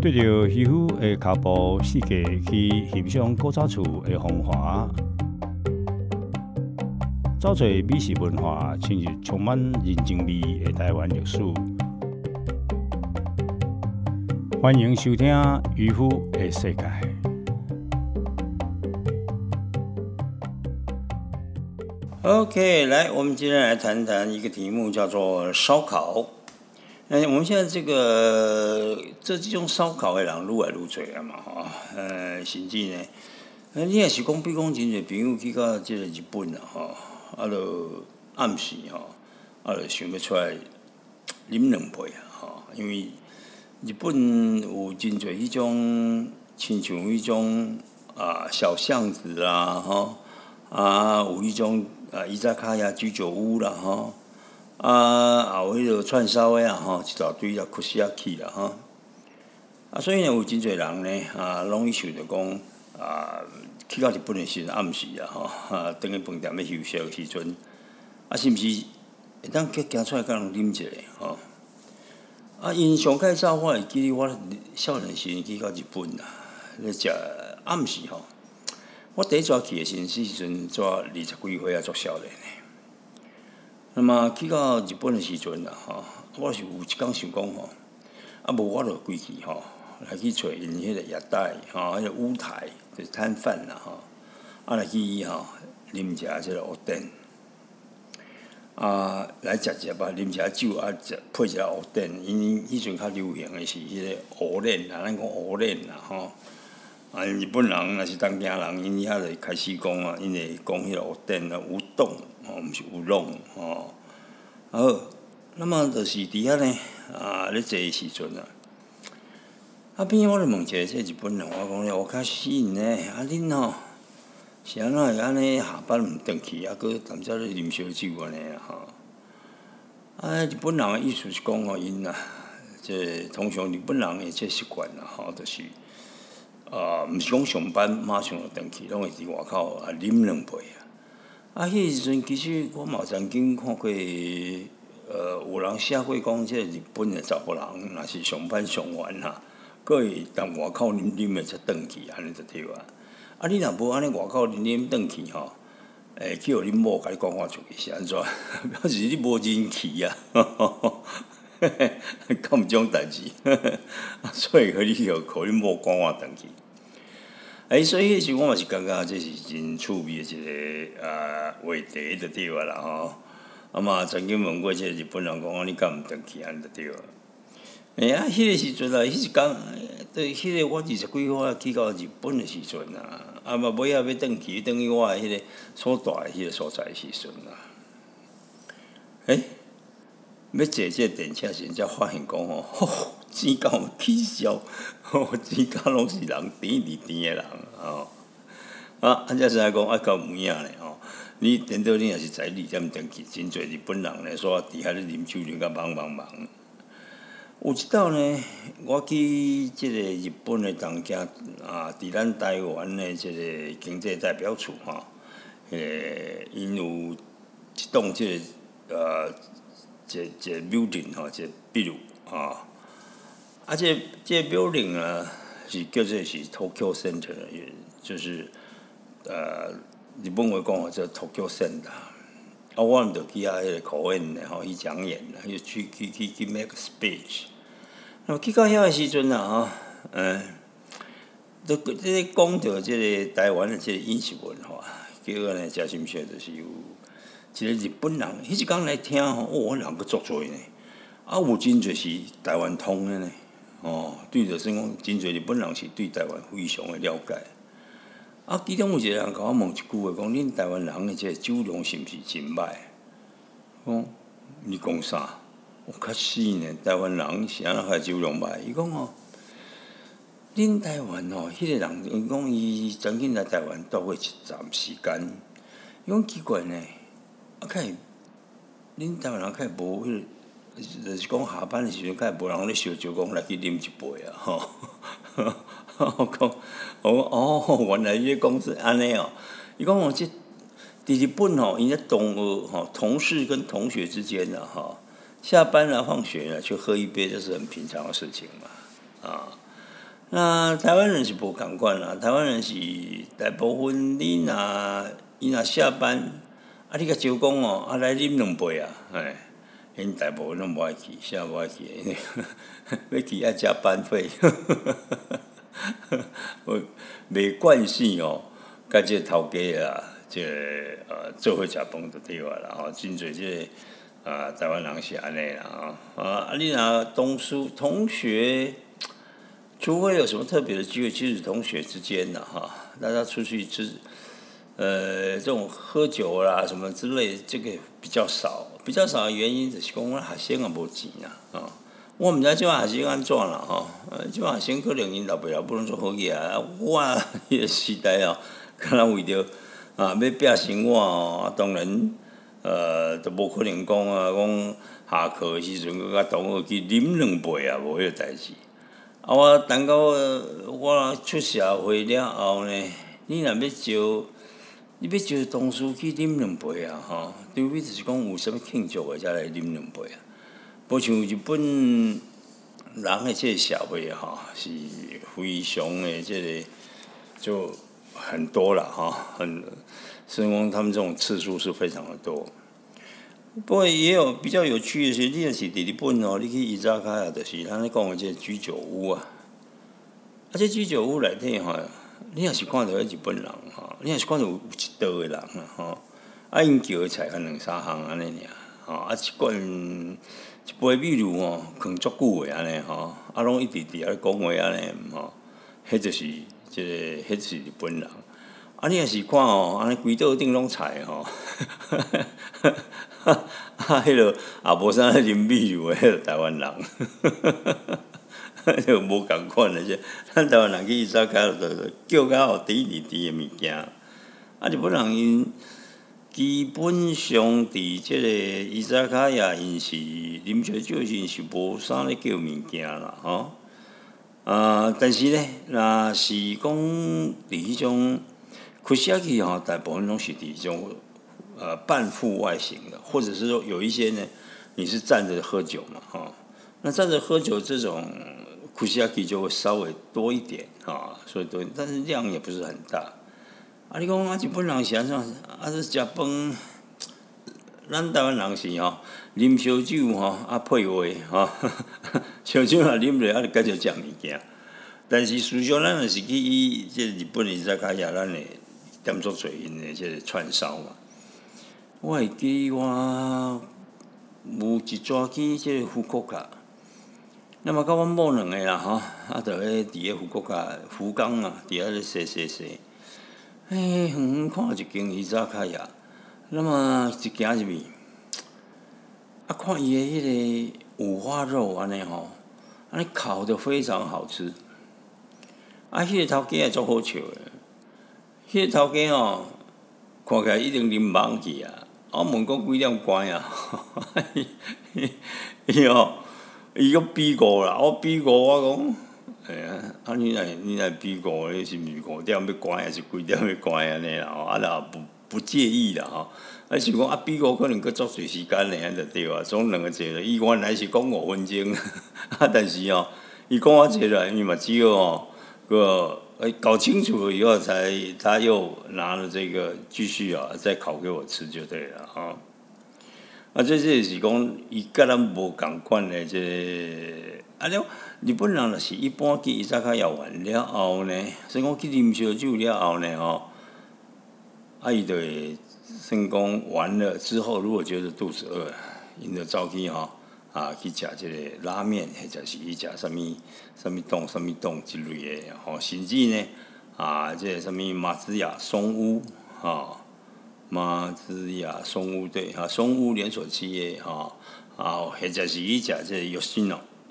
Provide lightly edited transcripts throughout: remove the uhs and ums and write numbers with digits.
对着渔夫的脚步世界去欣赏古早厝的风华，找找美食文化，深入充满人情味的台湾历史。欢迎收听《渔夫的世界》。OK， 来，我们今天来谈谈一个题目，叫做烧烤。我们现在这种烧烤的人愈来愈多啊嘛，甚至呢，你也是讲，比如讲，真侪朋友去到这个日本啊，就暗时就想要出来啉两杯啊，因为日本有真侪迄种，亲像迄种小巷子啦，有迄种伊扎卡呀居酒屋啦，也有迄个串烧的一大堆库西亚去啦，所以呢，有真侪人呢，拢伊想着讲去到日本的时阵暗时等去饭店要休息的时阵，是毋是会当行出来甲人啉一下因上介早我会记得我少年时去到日本咧食暗时我第一次去的时阵才20几岁足少年的。那么去到日本的时阵我是有一天想讲无我就规去来去找因迄个屋台迄个舞台就是摊贩来去啉一下即个蚵仔来食一啉一下酒配一下蚵仔，因迄阵较流行的是迄个蚵仔咱讲蚵仔日本人若是东京人，因遐就开始讲因会讲迄个蚵仔有冻毋是有拢好，那么就是伫遐呢咧坐的时阵边我就问一个这日本人，我讲我较死人呢，恁是安怎会安尼下班毋转去搁踮遮咧啉烧酒安尼日本人的意思是讲因这通常日本人的这习惯就是毋是讲上班马上就转去，拢会伫外口啉两杯迄时阵其实我嘛曾经看过有人写过讲，这日本的查甫人若是上班上完佫会踮外口啉的才转去，安尼就对你若无安尼外口啉转去去互恁某甲你赶出去是安怎？表示你无人气敢有这种代志？所以互恁某赶转去。所以迄时我嘛是感觉这是真趣味的一个话题就对啦嘛曾经问过这个日本人讲你敢毋转去安尼就对迄个时阵迄一天对迄个我20几岁去到日本的时阵尾要转去，等于我的迄个所住的迄个所在的时阵要坐这个电车时才发现讲钱敢有起笑，钱敢拢是人甜伫甜的人才是讲敢有影呢你等到你若是在2点转去，真侪日本人呢，所伫遐咧啉酒啉甲忙。有一道呢，我去即个日本的东京伫咱台湾的即个经济代表处因有一栋即个这 building 这 building 这 building 是叫做是 Tokyo Center， 就是日本话讲叫 Tokyo Center。我们就去迄个考演去讲演去 make speech。那么去到遐的时阵都咧讲到即个台湾的即个饮食文化，结果呢，真心实就是有一个日本人，迄一天来听人个足多呢，有真侪是台湾通的呢，对着说讲真侪日本人是对台湾非常的了解。其中有一个人甲我问一句话，讲恁台湾人的这酒量是毋是真歹？你讲啥？我较死呢！台湾人是安怎会酒量歹？伊讲恁台湾迄个人，伊讲伊曾经来台湾住过一站时间。伊讲奇怪呢，恁台湾人较无迄个，就是讲下班的时阵，较无人咧烧酒，讲来去啉一杯我讲原来你讲是安尼伊讲伫日本因咧同事跟同学之间下班放学去喝一杯，这是很平常的事情嘛那台湾人是无共款啦，台湾人是大部分伊若下班，你甲招讲来啉两杯啊，因大部分拢无爱去，啥无爱去，要去爱加班费，袂惯性甲这头家啊，做伙食饭就对啊啦，真侪台湾人是安尼啦你若同学。除非有什么特别的机会，其实同学之间大家出去这种喝酒啦什么之类，这个比较少的原因就是讲我学生也无钱我毋知即摆学生安怎啦即摆学生可能因老爸老母拢做好嘢我迄个时代敢若为着要拼生活当然都无可能讲下课的时阵佮甲同学去啉两杯无迄个代志。我等到我出社会了后呢，你若要招同事去啉两杯除非就是讲有啥物庆祝的才来啉两杯无像日本人的这个社会是非常的就很多啦所以讲他们这种次数是非常的多。不过也有比较有趣的是，你若是伫日本你去伊扎卡呀，就是咱咧讲的这居酒屋这居酒屋内底你若是看到日本人你若是看到有一桌的人因叫的菜两三项安尼尔一杯米露放足久的安尼拢一直伫遐讲话安尼迄就是迄是日本人。你若是看安尼规桌顶拢菜迄落也无啥啉米露的，迄个台湾人，就无共款的咱台湾人去伊扎卡叫较有甜的物件，日本人因基本上伫这个伊扎卡呀，因是啉烧酒时是无啥咧叫物件啦但是呢，若是讲伫迄种开车去大部分拢是伫迄种。半副外形的，或者是说有一些呢，你是站着喝酒嘛那站着喝酒这种库西亚基就会稍微多一点所以多，但是量也不是很大你讲日本人是安怎是食饭，咱台湾人是啉烧酒配话烧酒若啉落就继续食物件，但是事实上咱若是去这日本的伊扎卡呀，咱会点做做因的这串烧嘛。我会记我有一逝去这个福国卡，那么甲阮某两个啦就伫咧福国卡福冈伫遐咧踅，远远看一间伊扎卡呀，那么一行入去，看伊的迄个五花肉安尼安尼烤得非常好吃，迄个头家也足好笑的，迄个头家看起来一定啉懵去我问讲几点关伊个比5啦，我比5，我讲，你来比5，你是毋是5点要关，还是几点要关安尼啦？若不介意啦是讲比5可能佫足侪时间呢，安就对总两个坐咧，伊原来是讲5分钟，但是伊讲我坐来，伊嘛只有搞清楚了以后他又拿了这个继续再烤给我吃就对了这是讲伊甲咱无共款的日本人就是一般去伊扎卡要完了后呢，所以讲去啉烧酒了后呢伊就会先讲完了之后，如果觉得肚子饿，因就走去去食这个拉面，或者是去食啥物冻之类的甚至呢这个啥物马自雅松屋马自雅松屋对松屋连锁企业或者是去食这个玉新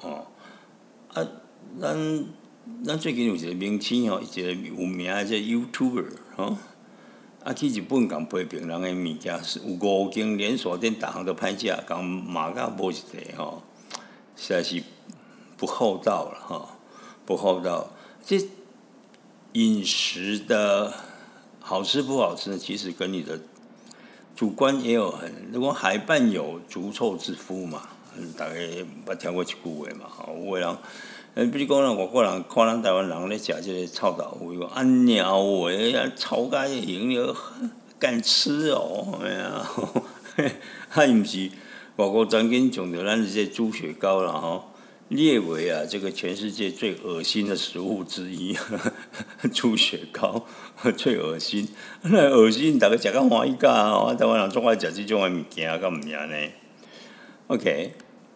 咱最近有一个明星一个有名的这 YouTuber去日本共批评人的物件，有5间连锁店，逐项都歹食，共骂甲无一个实在是不厚道了不厚道。这饮食的好吃不好吃，其实跟你的主观也有如果海伴有足臭之夫嘛，大概捌听过一句话嘛有的人比如讲啦，外国人看咱台湾人咧食这个臭豆腐，伊讲啊鸟诶，臭甲迄型，敢吃哦，哎呀，还毋是外国专经种着咱这猪血糕啦吼。列为啊，这个全世界最恶心的食物之一，猪血糕最恶心。那恶心，大家食到欢喜甲哦，台湾人总爱食这种的物件，敢毋是安尼 ？OK，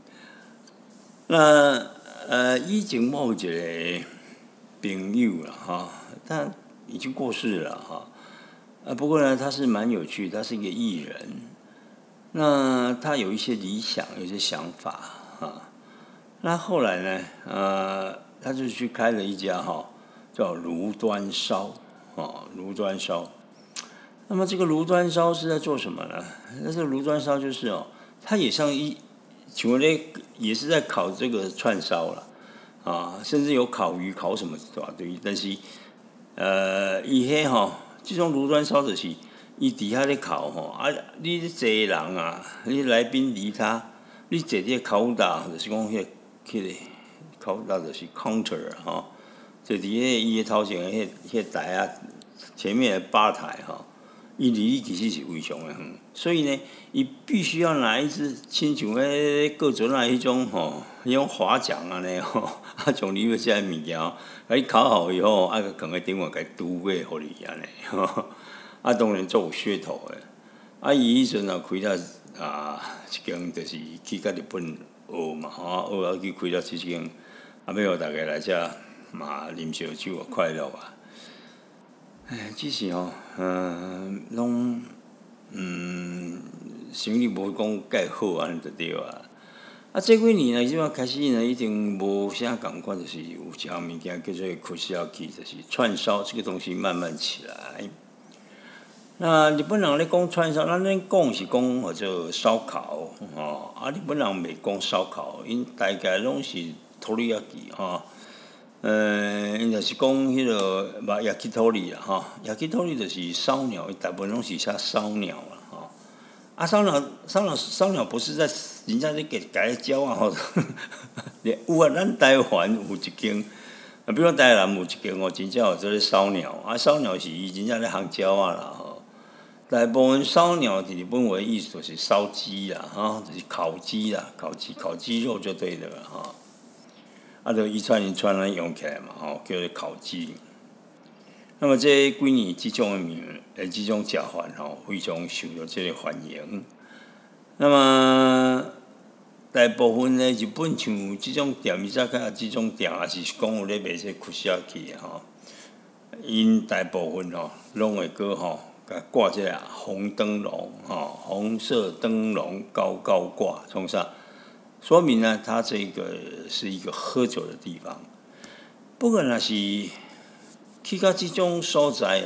那以前我有一个朋友啦哈，他已经过世了哈。不过呢，他是蛮有趣，他是一个艺人。那他有一些理想，有一些想法啊。那后来呢，他就去开了一家叫炉端烧，炉端烧。那么这个炉端烧是在做什么呢？那这个炉端烧就是它也像请问呢，也是在烤这个串烧了甚至有烤鱼、烤什么对，但是伊迄这种炉端烧就是伊底下咧烤你坐人啊，你来宾离他，你坐这个烤架，就是讲迄个烤架就是 counter 就伫伊的头前迄台啊，前面的吧台伊离你其实是非常的远，所以呢，伊必须要拿一支亲像各种迄种迄种划桨安尼从你要食的物件甲你烤好以后，放在顶下甲伊拄过互你安尼当然做有噱头的伊迄阵开了一间就是去甲日本学嘛学去开了这间，要互大家来遮嘛啉烧酒快乐只是拢生意无讲介好安尼就对这几年呢，即摆开始呢，已经无啥共款，就是有一项物件叫做kushiyaki，就是串烧这个东西慢慢起来。那日本人咧讲串烧，咱讲是讲或者烧烤日本人袂讲烧烤，因大概拢是teriyaki因就是讲迄个yakitori 啦yakitori 就是烧鸟，大部分拢是写烧鸟啦烧鸟不是在人家咧给焦有咱台湾有一间，比如台南有一间真正有做咧烧鸟烧鸟是伊真正咧烘焦啦大部分烧鸟伫日本的意思就是烧鸡啦就是烤鸡啦，烤鸡肉就对了就一串一串用起来嘛叫做烤鸡。那么这几年这种食法非常受到这个欢迎。那么大部分的日本像这种店，伊早起这种店也是讲有咧卖这kushiyaki因大部分拢会搁甲挂这个红灯笼红色灯笼高高挂，从啥说明呢？它这个是一个喝酒的地方。不过若是去到这种所在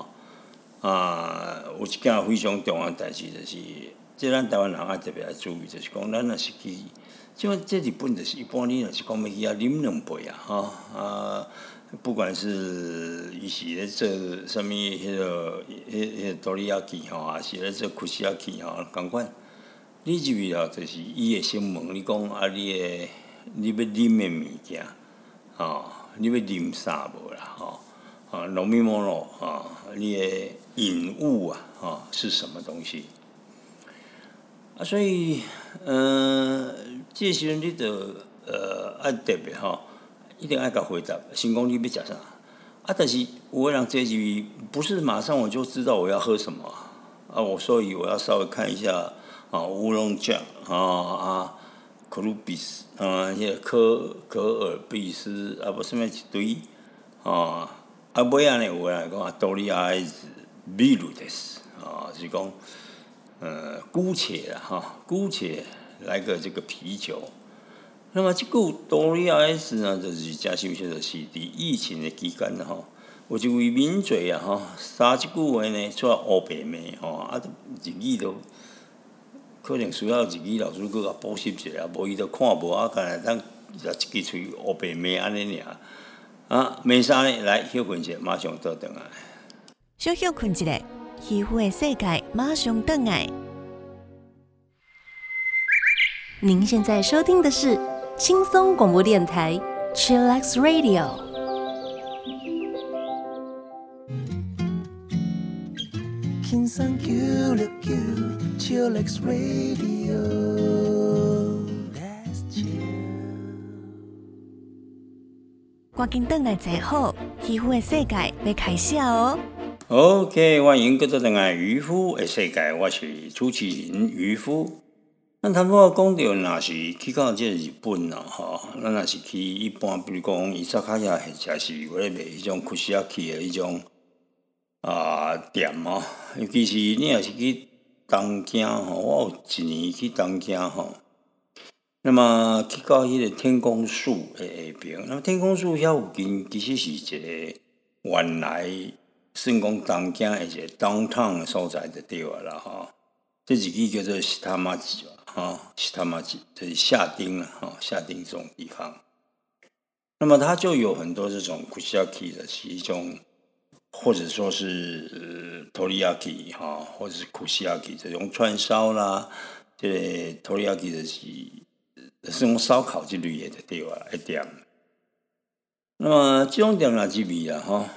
有一件非常重要的代志，就是这咱台湾人特别要注意，就是讲咱若是去，这日本就是一般你若是讲要去啉两杯不管是伊是咧做啥物迄个teriyaki还是咧做kushiyaki同款，你入去就是伊会先问你讲你要啉的物件你要啉啥无啦飲み物你的饮物是什么东西所以这时阵你就爱特别一定爱甲回答，先讲你要食啥但是有的人这集不是马上我就知道我要喝什么所以我要稍微看一下乌龙酱可鲁比斯迄个可尔必斯不什么一堆尾仔呢有人讲多利亚是秘鲁的是讲姑且来个这个啤酒。那么这个多利亚 S 呢，就是真新鲜，就是伫疫情的期间有一位名嘴三这句话呢，出来黑白骂日语都可能需要日语老师搁甲补习一下，无伊都看无干当一支喙黑白骂安尼尔骂啥呢？来休困一下，马上倒转来。 小休困一下，渔夫的世界马上转来。您现在收听的是轻松广播电台 Chillax Radio。 轻松 Q6Q Chillax Radio Let's chill 赶紧转来坐好，渔夫的世界要开始哦。 OK， 欢迎各位回来渔夫的世界，我是主持人渔夫。咱谈到讲到，若是去到这日本啦，咱若是去一般，比如讲伊萨卡亚或者是我咧卖迄种库西亚去的迄种店尤其是你若是去东京我有一年去东京那么去到迄个天空树的下边，那么天空树遐附近其实是一个原来算讲东京的一个 downtown 的所在就对啦这日语叫做西他妈吉西他妈吉就是下町下町这种地方。那么它就有很多这种 kushiyaki 的是一种，或者说是toriyaki 或者是 kushiyaki 这种串烧啦，这个 toriyaki 就是用烧烤这类的对吧？一点。那么这种店哪几味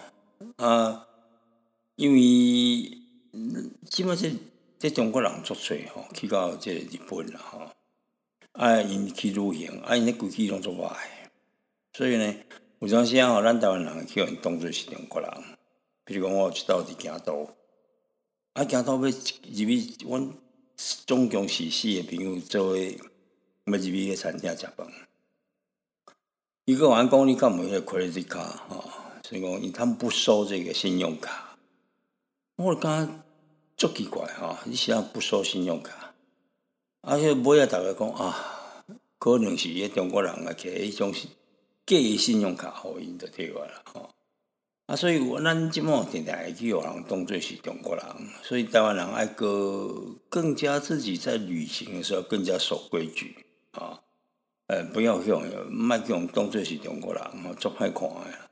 因为基本上这中国人足多去到这日本啦因去旅行因咧规矩拢足歹，所以呢，有阵时咱台湾人去互因当作是中国人。比如讲，我有一道伫京都，京都要入去，阮总共是4个朋友做伙要入去个餐厅食饭。伊个阮讲你敢有迄个 credit card 所以讲他们不收这个信用卡。我就感觉足奇怪你实在不收信用卡，且尾大家讲可能是迄中国人摕迄种假的信用卡互因就对啦所以咱即满定定会去互人当作是中国人，所以台湾人爱更加自己在旅行的时候更加守规矩不要去莫去互当作是中国人足歹看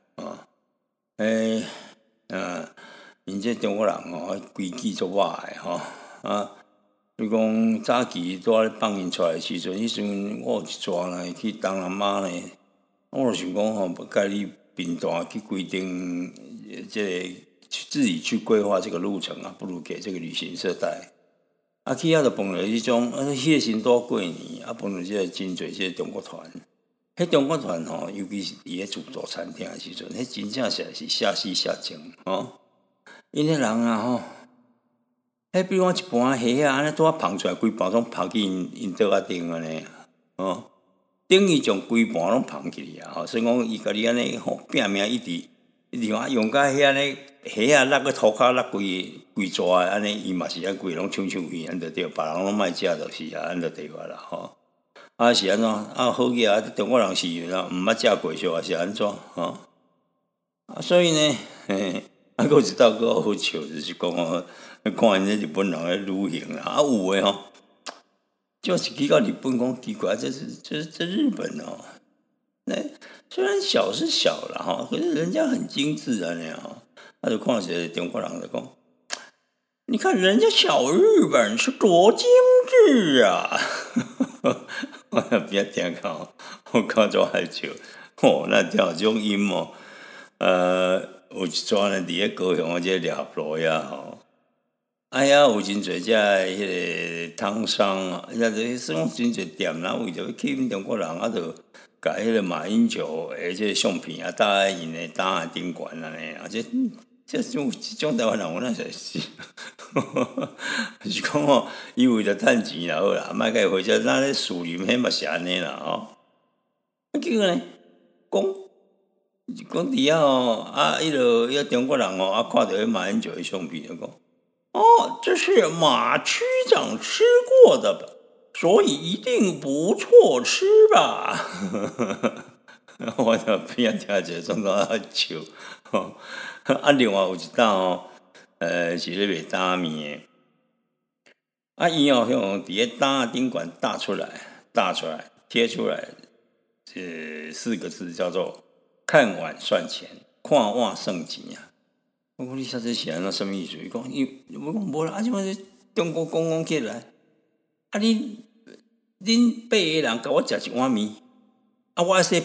的因这中国人规矩足歹的比如讲早期拄咧放因出来的时阵，迄阵我有一撮呢去东南亚呢，我就想讲要甲你频段去规定这个自己去规划这个路程不如给这个旅行社带去就碰到迄种迄个时阵过年碰到这个真侪这个中国团，迄中国团尤其是伫咧自助餐厅的时阵，迄真正是下死下情因迄人比如讲一盘虾安尼拄捧出来，规盘拢捧去因桌顶安尼等于将规盘拢捧起去所以讲伊甲你安尼拼命一直用甲遐尼虾落个涂骹落规纸安尼，伊嘛是安规拢抢去安就对，别人拢莫食就是安就对啦是安怎好个中国人是毋捌食过是是安怎所以呢还有一道佫好笑，就是讲看因日本人咧旅行有诶就是去到日本讲奇怪，这日本虽然小是小啦可是人家很精致安尼他就看一个中国人就讲，你看人家小日本是多精致我不要听看我看做害笑那听这种音有一撮呢伫咧高雄这个掠路有真侪遮迄个汤商算真侪店为着要吸引中国人就甲迄个马英九的这个相片搭在因的档案顶悬安尼这种台湾人我那才是是讲伊为着趁钱就好啦，莫甲伊回家咱咧树林迄嘛是安尼啦结果呢讲底下迄个中国人看到迄马英九的相片就讲这是马区长吃过的，所以一定不错吃吧我就边听一个总讲笑另外有一档是咧卖打面的伊迄种伫咧档顶管搭出来贴出来这4个字叫做看碗算钱，看碗算钱我讲你说这是安怎什么意思？伊讲我讲无啦，即摆中国讲起来，恁8个人甲我食一碗面， 啊，我说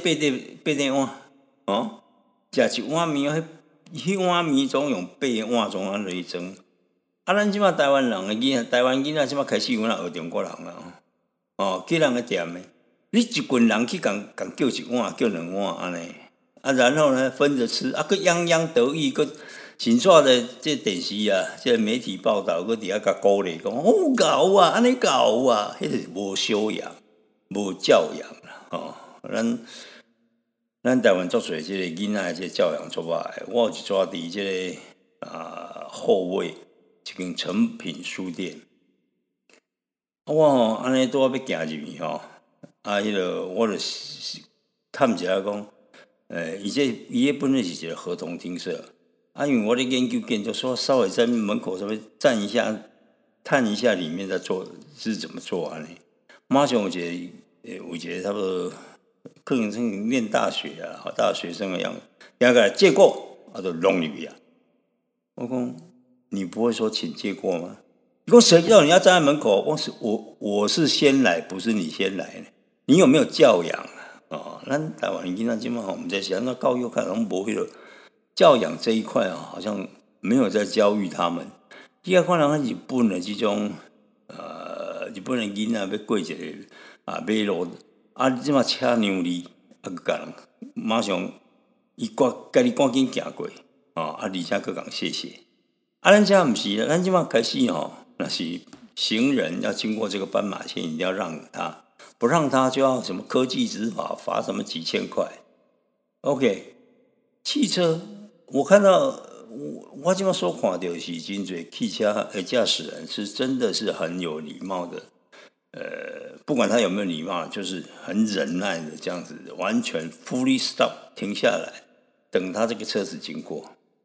8碗哦，食一碗面，迄碗面总用8碗钟安来装。啊，咱即马台湾人的囡仔，台湾囡仔即马开始有学中国人啦，哦，去人个店诶，你一群人去共叫一碗，叫2碗安尼，啊，然后呢分着吃，啊，佮洋洋得意，佮真煞的这电视啊，这媒体报道，佮伫遐甲鼓励讲，哦，搞啊，安尼搞啊，迄是无修养、无教养啦，哦，咱台湾足侪即个囡仔即个教养足歹，我有一撮伫即个后卫。一间诚品书店，我吼安尼拄仔要行入去吼，迄个我就探一下讲，伊迄本来是一个合同厅舍，因为我咧研究建筑，说稍微在门口稍微站一下，探一下里面在做是怎么做安尼，马上有一个差不多可能是念大学啊，大学生的样子，第个借过，就弄入去啊，我讲。你不会说请借过吗？你说谁叫你要站在门口？我是先来，不是你先来呢？你有没有教养啊？咱台湾囡仔今嘛，我们在想，那教育看拢无迄个教养这一块啊，好像没有在教育他们。第二看人日本的这种日本的囡仔要过一个马路即嘛车让你甲人马上甲你赶紧行过而且佫讲谢谢。咱家不是，咱即马开始那是行人要经过这个斑马线，一定要让他，不让他就要什么科技执法，罚什么几千块。OK， 汽车，我看到我即马所看到是真侪汽车的驾驶人是真的是很有礼貌的，不管他有没有礼貌，就是很忍耐的这样子，完全 fully stop 停下来，等他这个车子经过。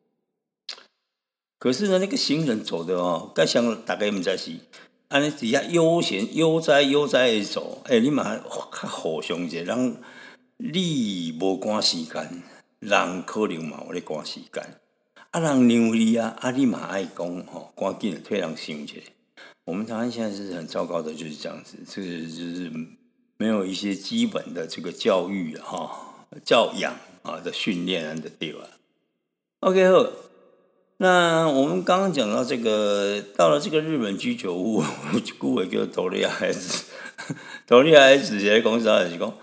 可是呢，那个行人走的该像大概不知是，安尼底下悠哉的走，你嘛较互相一下，人你无赶时间，人可能嘛有咧赶时间，人让你你嘛爱讲赶紧的退人想一下。我们台湾现在是很糟糕的，就是这样子，这个就是没有一些基本的这个教育教养的训练的对吧 ？OK 好。那我们刚刚讲到这个，到了这个日本居酒屋，有一句话叫“多利亚孩子”，多利亚孩子在讲啥？就是讲，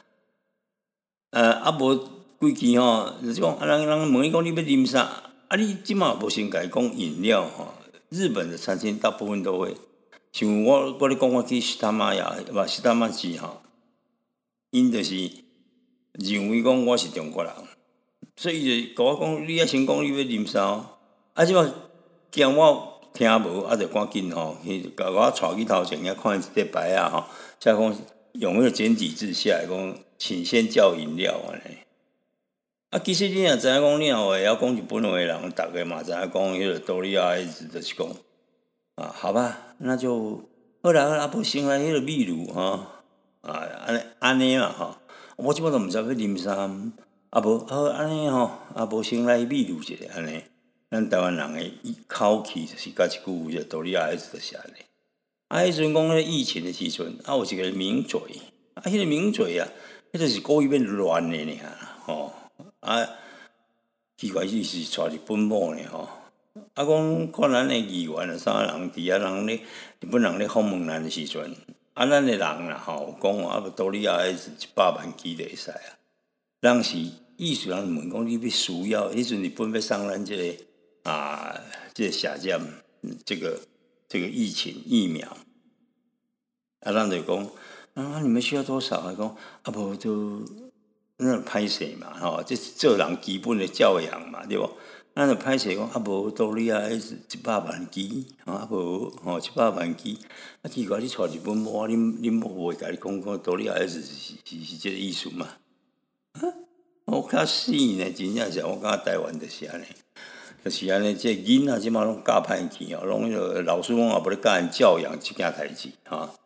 无几期就是讲，人问伊讲你要啉啥？你即马无先甲伊讲饮料日本的餐厅大部分都会，像我咧讲，我去西达玛雅，西达玛市因就是认为讲我是中国人，所以就甲我讲，你先讲你要啉啥。即马惊我听无，就赶紧去甲我带去头前遐看一块牌才讲用迄个简体字下来讲，请先叫饮料安尼。其实你若知影讲，你若会晓讲日本话的人，大概嘛知影讲迄个多利亚的字，就是讲好吧，那就好啦，无先来迄个秘鲁安尼嘛我即摆都毋知要啉啥，无好安尼无先来秘鲁一下安尼。咱台湾人的口气就是甲一句叫多利亚的字就是安尼。迄阵讲咧疫情的时阵，有一个名嘴，迄个名嘴迄就是故意要乱的尔奇怪是带日本某呢讲看咱的议员啥人伫人咧日本人咧访问咱的时阵，咱的人啦讲多利亚的字100万支就会使人是意思人问讲你要需要，迄阵日本要送咱这个。这个下降，这个疫情疫苗，咱就讲你们需要多少？讲无就那歹势嘛，这是做人基本的教养嘛，对不？咱就歹势讲无多利亚100万支无100万支，奇怪你带日本某，恁某袂甲你讲多利亚是这个意思嘛？我较死呢，真正是我感觉台湾就是安尼。就是安尼，这囡仔即马拢教歹去拢迄个老师讲也无咧教因教养即件代志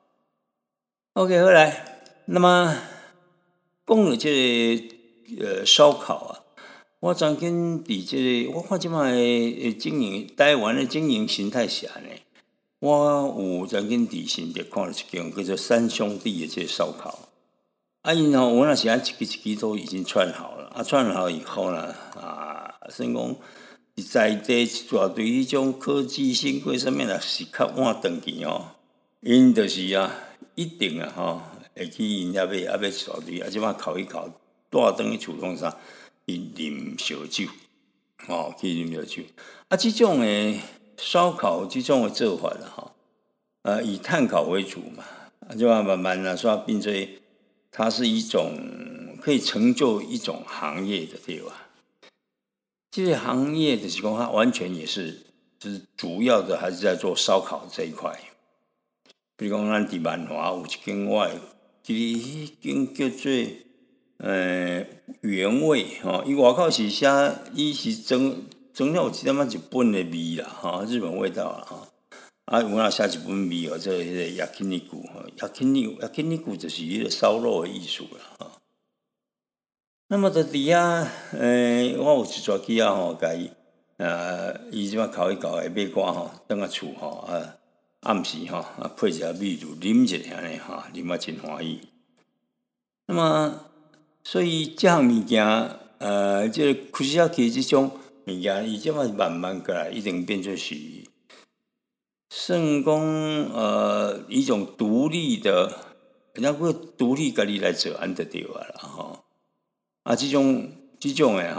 OK， 好来，那么讲到这个烧烤我曾经伫这个，我看即马的经营台湾的经营形态是安尼，我有曾经伫新竹看了一间叫做三兄弟的这个烧烤， 因我那时一支一支都已经串好了，串好以后呢，算讲在地一大堆迄种科技新贵上面若是较晚转去因就是一定会去因遐买一大堆，即摆哭一哭，带转去厝拢啥，去啉烧酒，去啉烧酒。即种诶烧烤，即种诶做法以炭烤为主嘛，就慢慢煞变做，它是一种可以成就一种行业的对吧？这个行业就是讲，它完全也是，就是主要的还是在做烧烤这一块。比如讲，咱伫万华有一间我会记得迄间叫做原味伊外口是写伊是装了有一点仔日本的味啦日本味道啦有写日本味做迄个yakiniku就是迄个烧肉的意思啦那么在底下我有一撮机甲伊即摆烤一烤会买寡转啊厝暗时配一下米露啉一下呢啉真欢喜。那么所以这项物件这个库西亚基这种物件，伊即摆慢慢过来，一定变做是算讲一种独立的，人家会独立家己来做安就对啦这种诶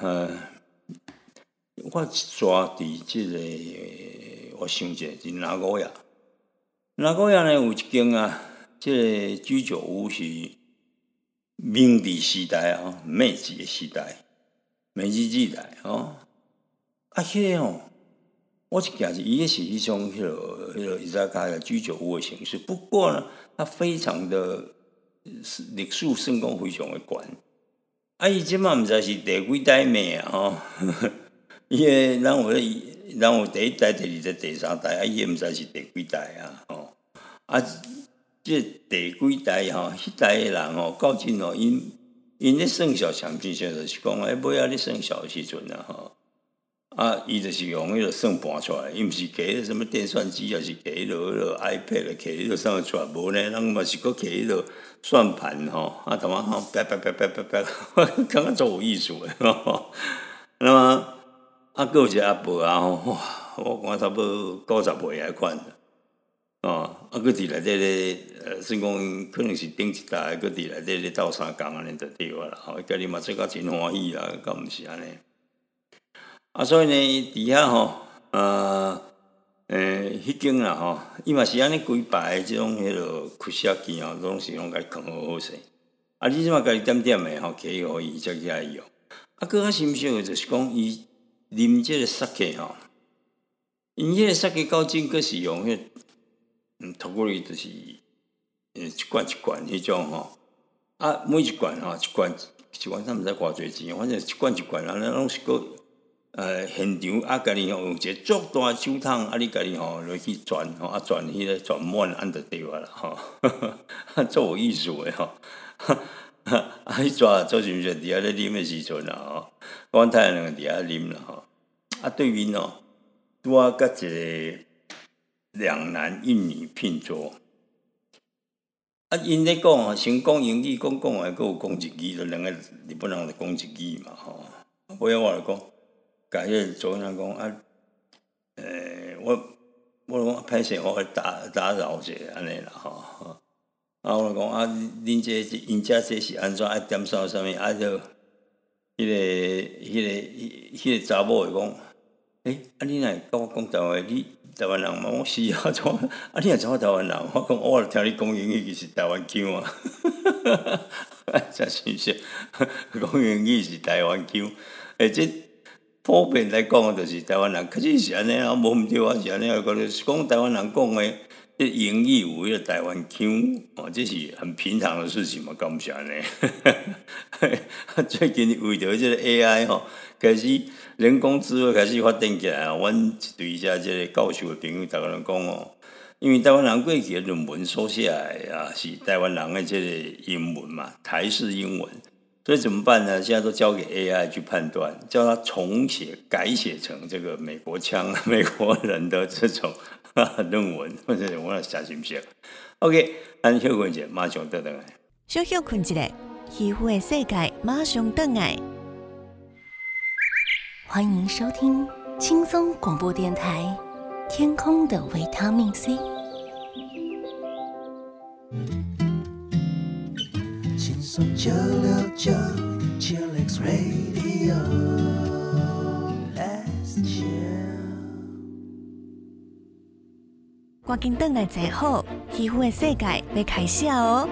我抓伫即个，我想者是哪古亚呢有一间即个居酒屋是明治时代明治的时代，明治时代迄个我一行是伊也是迄种迄个伊在家的居酒屋的形式，不过呢，它非常的历史算讲非常的悬。伊即马毋知是第几代卖伊个咱有第一代、第二代、第三代伊个毋知是第几代即第几代迄代的人到真因咧算小强之前就是讲尾咧算小的时阵伊就是用迄个算盘出来，伊毋是摕什么电算机，也是摕迄个 iPad， 摕迄个啥物出来，无呢，人嘛是佫摕迄个算盘头仔啪啪啪啪啪啪，我感觉足有意思诶那么佫有一个阿伯我看差不多90岁迄款佫伫内底咧算讲可能是顶一代，佫伫内底咧斗相共安尼就对啦家己嘛做甲真欢喜啦，敢毋是安尼？所以呢，伫遐迄间啦伊嘛是安尼规排的即种迄落库西亚基拢是拢甲伊藏好势。你即马家己点点的摕互伊才去爱用。佫较深刻的就是讲伊啉即个sake因迄个sake到真佫是用迄头骨里就是一罐一罐迄种每一罐一罐咱毋知偌济钱，反正一罐一罐安尼拢是佫现场家己用一个足大酒桶你家己落去转转迄个转满安就对啦足有意思诶迄抓做是毋是伫遐咧啉诶时阵阮太太两个伫遐啉啦对面拄甲一个两男一女拼桌因咧讲先讲英语讲诶，佫有讲日语，就两个日本人就讲日语嘛尾我就讲甲迄个主人讲我讲歹势，我打扰者安尼啦我就讲恁因遮这是安怎爱点啥物就迄个查某会讲你若甲我讲台湾你台湾人嘛？我是你若知我台湾人，我讲我听你讲英语是台湾腔真是是讲英语是台湾腔这普遍来讲就是台湾人，确实是安尼无毋对是安尼就是讲台湾人讲的英语有迄个台湾腔这是很平常的事情嘛，敢毋是安尼最近为着这个 AI 开始人工智慧开始发展起来阮一对遮这个教授的朋友，逐个人讲因为台湾人过去的论文收下来是台湾人的这个英文嘛，台式英文，所以怎么办呢？现在都交给 AI 去判断，叫他重写、改写成这个美国腔、美国人的这种论文，或者我来写是不是 ？OK， 咱休困一下，马上倒转来。 小休困一下，渔夫的世界马上回来。 欢迎收听轻松广播电台《天空的维他命 C》。 轻松969 Chillax Radio Let's chill 赶紧回来坐好，渔夫的世界要开始哦。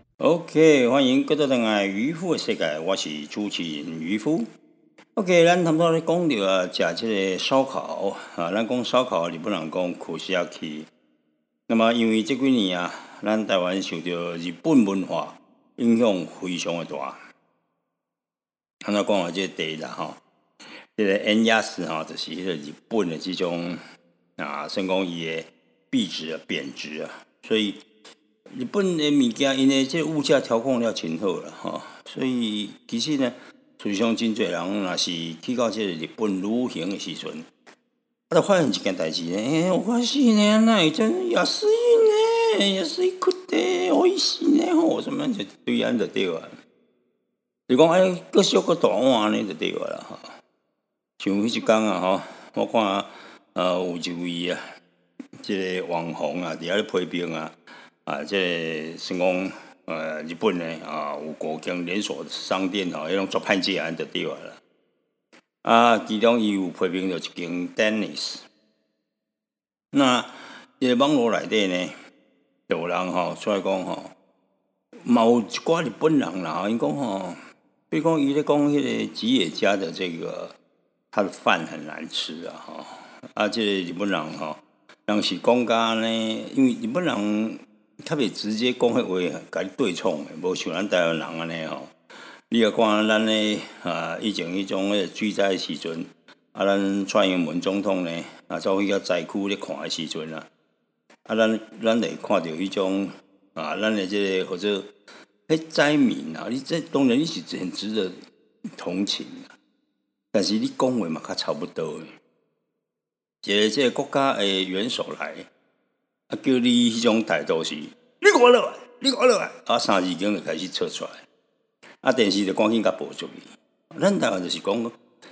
OK， 欢迎各位回来渔夫的世界，我是主持人渔夫。OK， 咱差不多咧讲到啊，食即个烧烤啊，咱讲烧烤，日本人讲库西亚基。那么因为这几年啊，咱台湾受到日本文化影响非常的大。安怎讲啊？这第一啦吼，这个円安吼，就是迄个日本的这种啊，算讲伊的币值啊贬值啊，所以日本的物件因为这物价调控了真好啦吼，所以其实呢，事实上真侪人若是去到这个日本旅行的时阵，就发现一件代志呢，我发现呢，那真安いね，安くて美味しいね吼，什么就对安就对啊。就讲搁小搁大碗呢就对啦吼。像迄一天啊吼，我看有一位啊，即个网红啊，伫遐咧批评啊，即个算讲日本呢有5间连锁商店吼，迄种做歹食安就对啦。其中伊有批评着一间 Dennis。那即个网络内底呢，就有人吼出来讲吼，嘛有一寡日本人啦，因讲吼。比如讲，伊咧讲迄个吉野家的这个，他的饭很难吃啊，这个日本人人是讲甲呢，因为日本人较袂直接讲迄话，甲你对冲的，无像咱台湾人安尼吼。你若看咱咧以前迄种水灾的时阵，咱蔡英文总统呢，走去到灾区咧看的时阵咱会看到迄种咱的这个或者。灾民啊，你这当然你是很值得同情啊，但是你讲话嘛较差不多的。这个国家的元首来，叫你迄种态度是，你给我落来，你给我落来，3字经就开始出来，电视就赶紧甲播出去。咱台湾就是讲，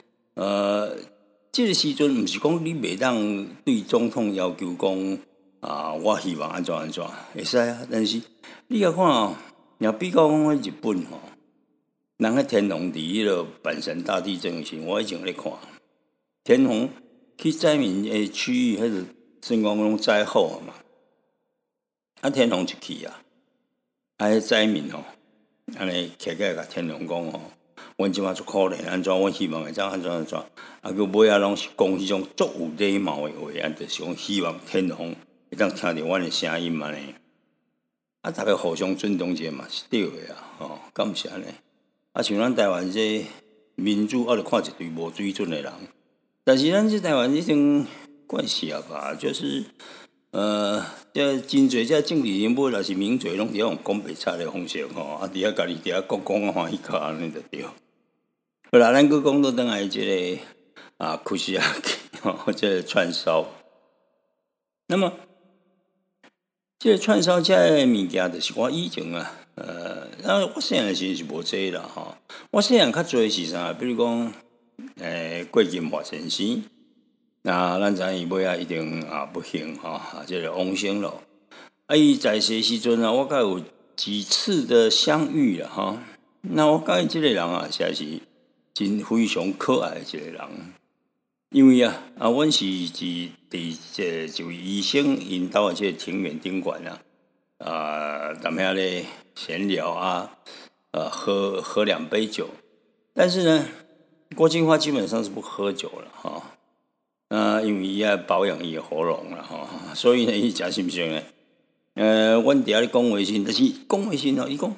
这个时阵毋是讲你袂当对总统要求讲我希望安怎安怎，会使啊，但是你要看若比较讲日本人喺天皇伫迄个阪神大地震时，我以前咧看天皇去灾民的区域，迄个算讲拢灾后嘛，天皇就去迄灾民安尼徛起来甲天皇讲阮即马足可怜，安怎？阮希望会怎安怎安怎？佮尾仔拢是讲迄种足有礼貌的话，就是讲希望天皇会当听到阮的声音嘛呢。大家互相尊重者嘛是对的敢毋是安尼？像咱台湾这民主，就看一堆无水准的人，但是咱这台湾已经惯习吧，就是这真侪这政治人物，若是名嘴，拢伫用讲白菜的方式伫遐家己伫遐讲欢喜卡安尼就对。好啦，咱佫讲到倒来这个库西亚基这个串烧，那么。这个串烧这个物件，就是我以前我细汉时是无这啦我细汉较多是啥？比如讲，过金华先生，咱知伊尾一定不幸这个往生咯。伊在世时阵我甲有几次的相遇啦那我感觉这个人实在是真非常可爱的一个人。因为阮是伫这一位医生引导的这个庭园宾馆踮遐咧闲聊喝2杯酒，但是呢，郭金花基本上是不喝酒了因为伊要保养伊的喉咙了所以呢，伊诚心性呢，阮伫遐咧讲话时，但是讲话时伊讲。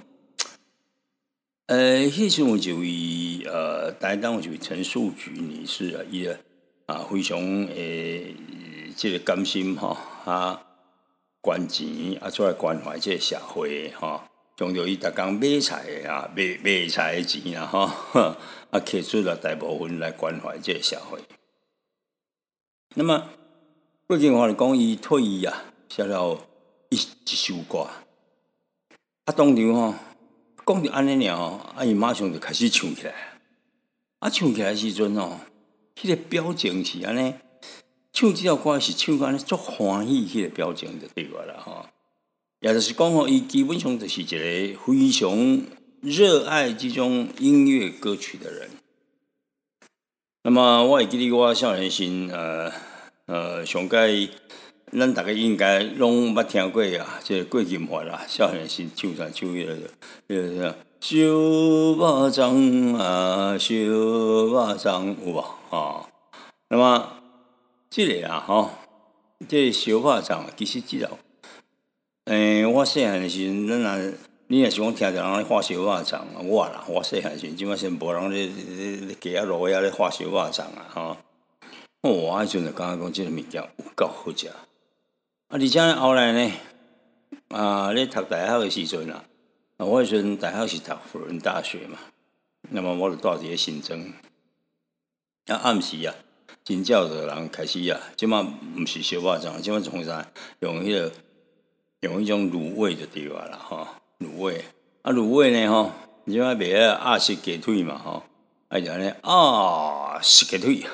迄时有一位台东有一位陈树菊女士伊非常这个甘心捐钱出来关怀这个社会将着伊逐工买菜卖菜的钱摕出了大部分来关怀这个社会。那么郭金华讲伊退役写了一首歌当场讲着安尼尔吼，伊马上就开始唱起来。唱起来时阵吼，迄个表情是安尼，唱即条歌是唱安尼足欢喜，迄个表情就对我啦吼。也就是讲吼，伊基本上就是一个非常热爱这种音乐歌曲的人。那么我会记得我少年时，上届咱大家应该拢捌听过啊，即个郭金华啦，少年时唱啥唱迄个小肉粽啊，小肉粽有无吼？那么即个啊吼，即个小肉粽其实即条，我细汉的时阵，咱若你若是讲听着人咧画小肉粽，我细汉时阵，即摆先无人咧街仔路仔咧画小肉粽啊吼。我迄阵就感觉讲，即个物件有够好食。而且后来呢，咧读大学的时阵啊，我迄阵大学是读辅仁大学嘛，那么我就住伫咧新庄。暗时啊，真少的人开始啊，即摆毋是小肉粽，即摆从啥用迄种卤味就对啊啦吼，卤味卤味呢吼，即摆卖食鸡腿嘛吼，就安尼食鸡腿。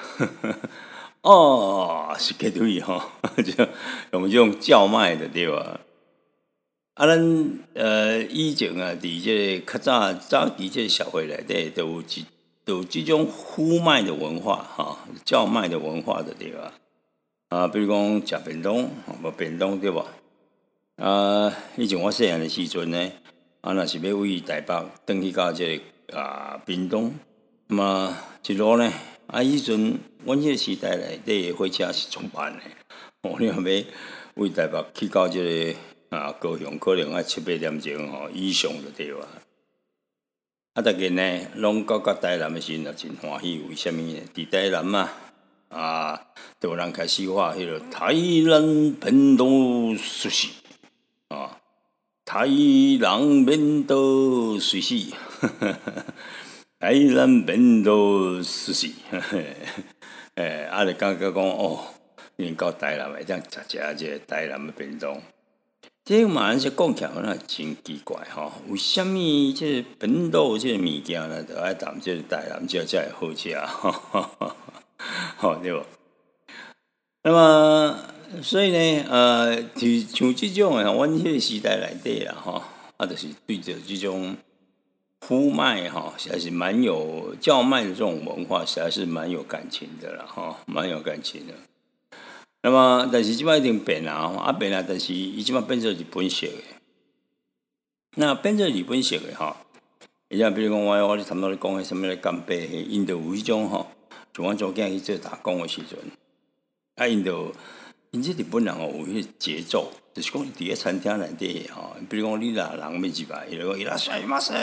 是鸡腿吼，就用这种叫卖的对吧？咱以前啊，伫这个较早期这个社会内底，都有这种呼卖的文化哈，叫卖的文化的对吧？比如讲食便当，无便当对吧？以前我细汉的时阵呢，若是要为台北转去到这个屏东，那么一路呢。迄阵，阮迄个时代内底火车是足慢的，你若要为台北去到这个高雄，可能要7、8点钟吼以上就对了。大家呢，拢到台南的时阵也真欢喜，为虾米呢？伫台南嘛，就有人开始画迄个台南便当寿司台南便当寿司。台南便当寿司，就感觉讲因到台南会当食这个台南的便当。这个嘛，是讲起来那真奇怪吼，为什么这便当这个物件呢，就爱谈这台南才会好食？吼对不？那么所以呢，像这种的，阮迄个时代内底啦，就是对着这种。呼卖实在是蛮有叫卖的这种文化，实在是蛮有感情的啦蛮有感情的。那么，但是即摆一定变啦变啦，但是伊即摆变做日本式的。那变做日本式的而且比如讲我咧差不多咧讲迄什么咧干杯，因就有迄种像阮做囝去做打工的时阵，因这日本人有迄个节奏。就是讲，伫个餐厅内底比如讲你若人要入来，伊就讲伊拉西马西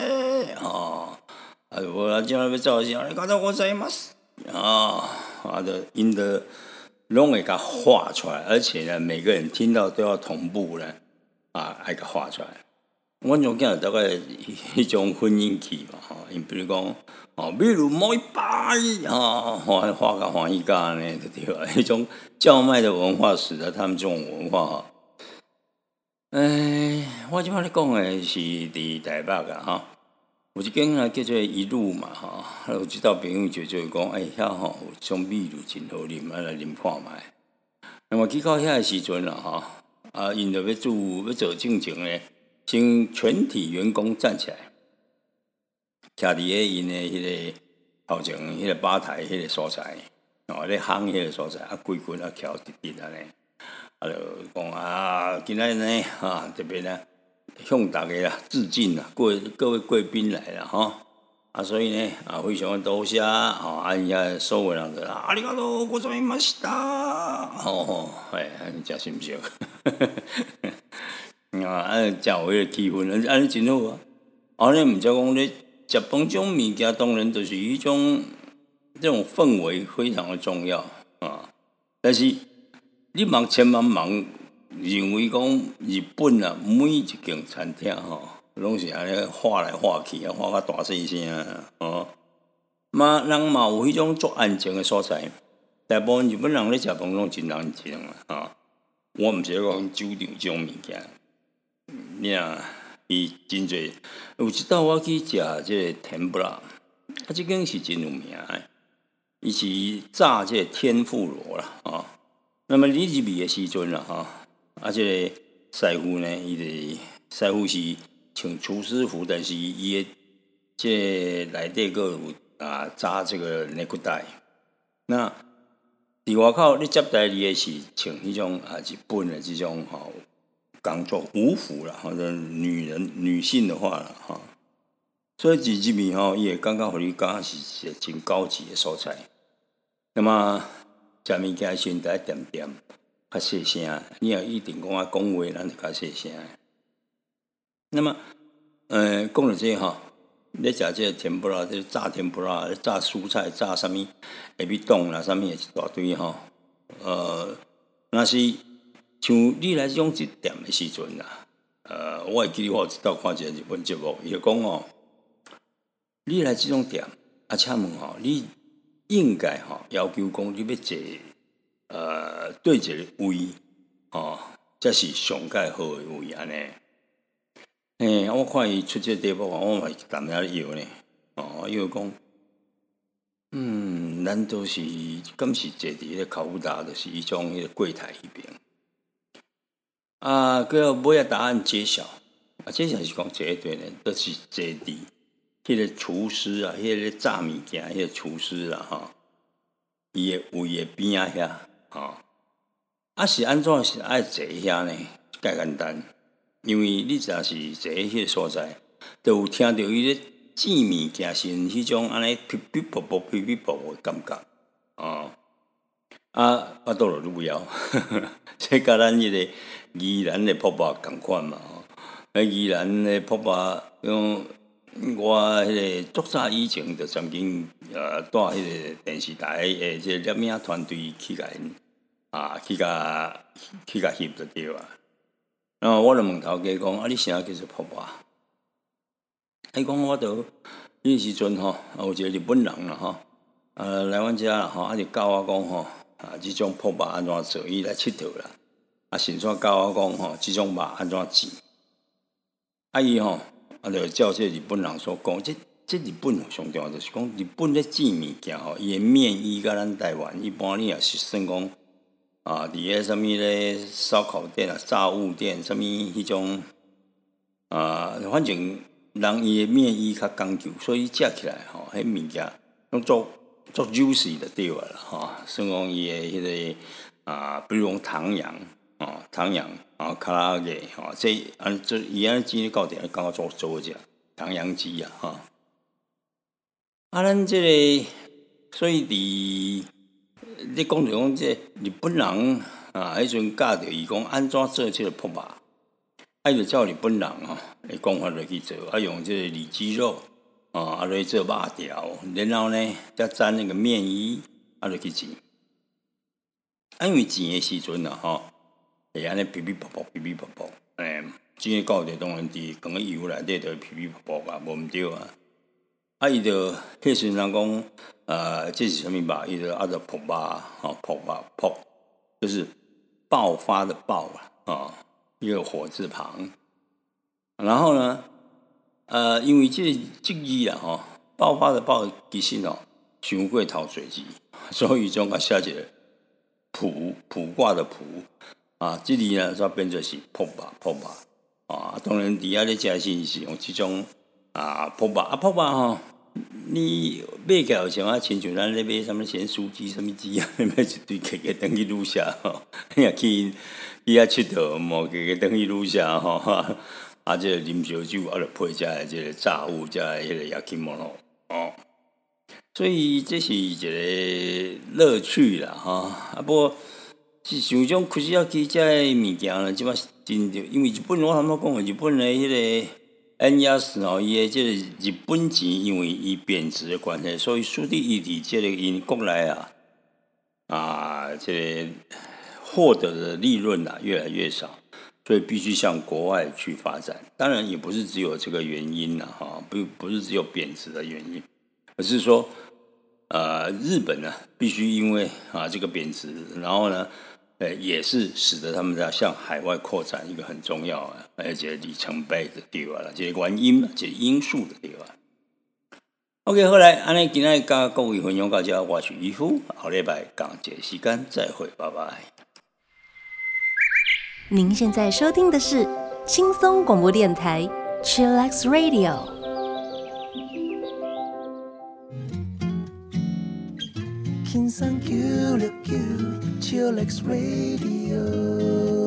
无即摆要走时，你搞到我西马西因的拢会甲画出来，而且呢，每个人听到都要同步呢爱甲画出来。阮种囝大概迄种婚姻期嘛因比如讲比如某一摆画甲欢喜甲呢，对吧？迄种叫卖的文化使得他们这种文化我即摆咧讲的是伫台北有一间叫做一路嘛有一道朋友就讲遐有种米露真好啉，来啉看卖。那么去到遐的时阵因就要做进前咧，先全体员工站起来，徛伫因的迄个头前迄个吧台迄个所在，咧烘迄个所在，规群翘直直安尼。就讲今仔呢特别呢向大家致敬各位贵宾来了所以呢非常多谢因遐所有人就ありがとうございました真心惜真有迄个气氛，安尼真好你毋则讲咧食饭种物件，当然就是迄种这种氛围非常的重要但是。你千万认为讲日本每一间餐厅拢是安尼画来画去画到大细声人嘛有迄种足安静的所在。大部分日本人咧食饭拢真安静我毋是讲酒店这种物件，你伊真侪有一道我去食这个甜不拉，这间是真有名的，伊是炸这个天妇罗啦那么你入味的时阵啦这个师傅呢，师傅是请厨师傅，但是伊的这内底个有炸这个内骨带。那伫外口你接待你的是穿迄种日本的这种工作武服啦，或者女性的话啦所以伫入面伊会感觉互你感觉是一个真高级的所在。那么食物件先得点点较细声，你也一定讲讲话，咱就较细声。那么讲到这你食这个甜不辣，这炸甜不辣，炸蔬菜，炸啥物下米冻啦，啥物一大堆若是像你来这种一店的时阵我会记得我有一道看一个日本节目，伊就讲你来这种店请问你应该要求讲你要坐对一个位这是上界好的位安尼。我看伊出这题目我嘛淡仔摇呢摇讲难道是敢是坐伫迄个考古达，就是迄种迄个柜台迄边个尾答案揭晓揭晓是讲坐迄对呢，就是坐伫迄个厨师迄个炸物件迄个厨师伊的位的边遐是安怎是爱坐遐呢？介简单，因为你只要是坐迄个所在，就有听到伊咧煎物件是迄种安尼噼噼啵啵噼噼啵啵的感觉我倒落愈晓这甲咱迄个宜兰的泡粑同款嘛宜兰的泡粑我迄个足早以前就曾经带迄个电视台的这个摄影团队去甲因去甲翕就对然后我就问头家讲你啥叫做泡粑？伊讲我就迄个时阵有一个日本人啦来阮遮啦就教我讲即种泡粑安怎做，伊来佚佗啦甚至教我讲即种肉安怎煎伊就照这日本人所讲，这日本上重要就是讲日本咧煎物件伊的面衣甲咱台湾一般你也是算讲伫迄什么咧烧烤店炸物店什么迄种反正人伊的面衣较讲究，所以食起来迄物件拢做 juicy 就对啦算讲伊的迄个比如讲糖羊卡拉个这伊安煎到底感觉做者糖羊鸡咱这个所以你讲就讲这日本人迄阵教着伊讲安怎做这个泡粑，就照日本人的讲法来去做，用这个里脊肉来做肉条，然后呢再沾那个面衣来去煎。因为煎的时阵会安尼噼噼啵啵噼噼啵啵煎到底当然伫光油内底就会噼噼啵啵无毋对伊就迄时阵人讲这是什么肉？伊就泡粑就是爆发的爆一个火字旁。然后呢因为这字爆发的爆其实伤过头侪字，所以种甲写一个卜卦的卜这字呢才变做是泡粑当然伫咧食时是用这种泡粑泡粑你买起来有像亲像咱咧买什么咸酥鸡什么鸡买一堆摕个等去卤下你也去遐佚佗无摕个等去卤下这个啉烧酒就配遮个这个炸物遮个迄个焼き物所以这是一个乐趣啦不过是像种开始要去遮个物件了，即摆是真着，因为日本我头先讲日本的迄个円安伊的这个日本钱因为伊贬值的关系，所以使得伊伫这个因国内这个获得的利润越来越少，所以必须向国外去发展。当然也不是只有这个原因不是只有贬值的原因，而是说日本必须因为这个贬值，然后呢也是使得他们在向海外扩展一个很重要而且里程碑的地方啦，这个原因，这个因素的地方。OK， 后来安尼今天跟各位分享到这，我是渔夫，下礼拜同一个时间再会，拜拜。 您现在收听的是轻松广播电台 Chillax Radio。 轻松969 Chillax Radio